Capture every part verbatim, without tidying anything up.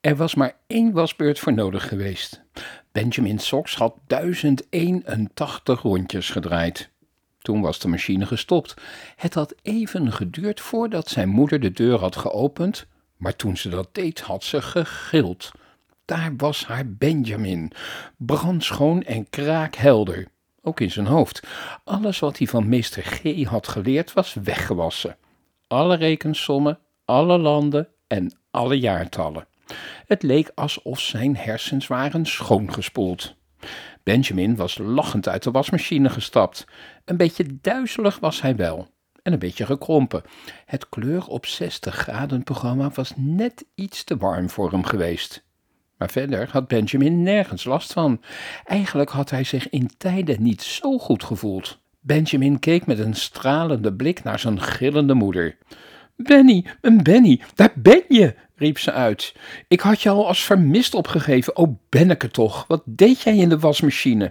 Er was maar één wasbeurt voor nodig geweest. Benjamin Sox had duizend eenentachtig rondjes gedraaid. Toen was de machine gestopt. Het had even geduurd voordat zijn moeder de deur had geopend, maar toen ze dat deed had ze gegild. Daar was haar Benjamin, brandschoon en kraakhelder, ook in zijn hoofd. Alles wat hij van meester G had geleerd was weggewassen. Alle rekensommen, alle landen en alle jaartallen. Het leek alsof zijn hersens waren schoongespoeld. Benjamin was lachend uit de wasmachine gestapt. Een beetje duizelig was hij wel en een beetje gekrompen. Het kleur op zestig graden programma was net iets te warm voor hem geweest. Maar verder had Benjamin nergens last van. Eigenlijk had hij zich in tijden niet zo goed gevoeld. Benjamin keek met een stralende blik naar zijn gillende moeder. Benny, mijn Benny, daar ben je, riep ze uit. Ik had je al als vermist opgegeven. O, Benneke toch, wat deed jij in de wasmachine?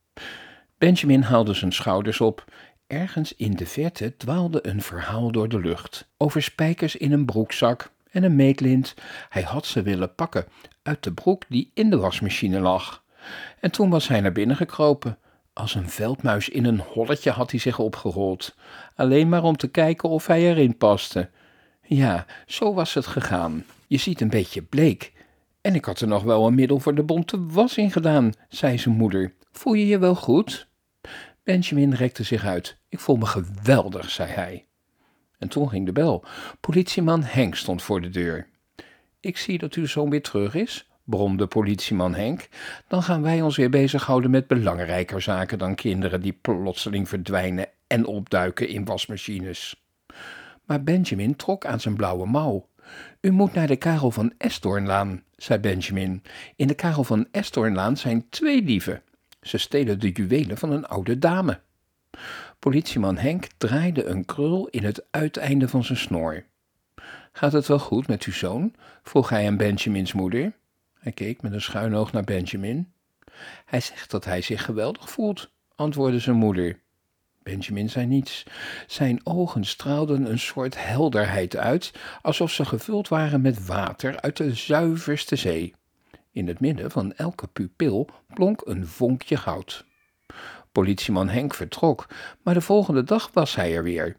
Benjamin haalde zijn schouders op. Ergens in de verte dwaalde een verhaal door de lucht. Over spijkers in een broekzak en een meetlint. Hij had ze willen pakken uit de broek die in de wasmachine lag. En toen was hij naar binnen gekropen. Als een veldmuis in een holletje had hij zich opgerold. Alleen maar om te kijken of hij erin paste. Ja, zo was het gegaan. Je ziet een beetje bleek. En ik had er nog wel een middel voor de bonte was in gedaan, zei zijn moeder. Voel je je wel goed? Benjamin rekte zich uit. Ik voel me geweldig, zei hij. En toen ging de bel. Politieman Henk stond voor de deur. Ik zie dat uw zoon weer terug is, bromde politieman Henk. Dan gaan wij ons weer bezighouden met belangrijker zaken dan kinderen die plotseling verdwijnen en opduiken in wasmachines. Maar Benjamin trok aan zijn blauwe mouw. U moet naar de Karel van Esdoornlaan, zei Benjamin. In de Karel van Esdoornlaan zijn twee dieven. Ze stelen de juwelen van een oude dame. Politieman Henk draaide een krul in het uiteinde van zijn snor. Gaat het wel goed met uw zoon? Vroeg hij aan Benjamins moeder. Hij keek met een schuin oog naar Benjamin. Hij zegt dat hij zich geweldig voelt, antwoordde zijn moeder. Benjamin zei niets. Zijn ogen straalden een soort helderheid uit, alsof ze gevuld waren met water uit de zuiverste zee. In het midden van elke pupil blonk een vonkje goud. Politieman Henk vertrok, maar de volgende dag was hij er weer.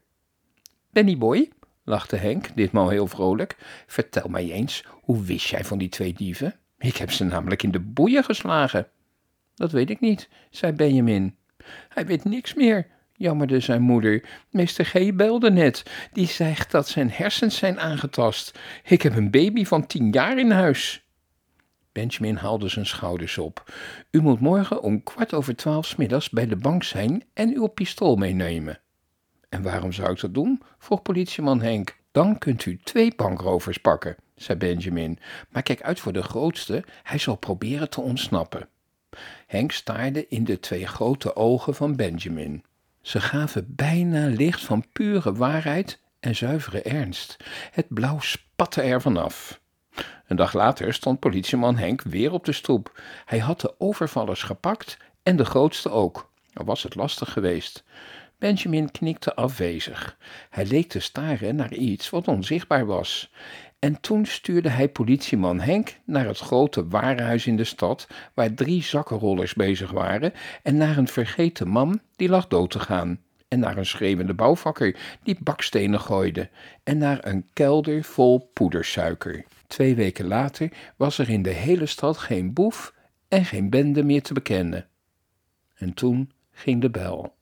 Bennyboy, lachte Henk, ditmaal heel vrolijk, vertel mij eens, hoe wist jij van die twee dieven? Ik heb ze namelijk in de boeien geslagen. Dat weet ik niet, zei Benjamin. Hij weet niks meer, jammerde zijn moeder. Meester G belde net. Die zegt dat zijn hersens zijn aangetast. Ik heb een baby van tien jaar in huis. Benjamin haalde zijn schouders op. U moet morgen om kwart over twaalf 's middags bij de bank zijn en uw pistool meenemen. En waarom zou ik dat doen? Vroeg politieman Henk. Dan kunt u twee bankrovers pakken, zei Benjamin. Maar kijk uit voor de grootste, hij zal proberen te ontsnappen. Henk staarde in de twee grote ogen van Benjamin. Ze gaven bijna licht van pure waarheid en zuivere ernst. Het blauw spatte er vanaf. Een dag later stond politieman Henk weer op de stoep. Hij had de overvallers gepakt en de grootste ook. Al was het lastig geweest. Benjamin knikte afwezig. Hij leek te staren naar iets wat onzichtbaar was. En toen stuurde hij politieman Henk naar het grote warenhuis in de stad, waar drie zakkenrollers bezig waren, en naar een vergeten man die lag dood te gaan, en naar een schreeuwende bouwvakker die bakstenen gooide, en naar een kelder vol poedersuiker. Twee weken later was er in de hele stad geen boef en geen bende meer te bekennen. En toen ging de bel.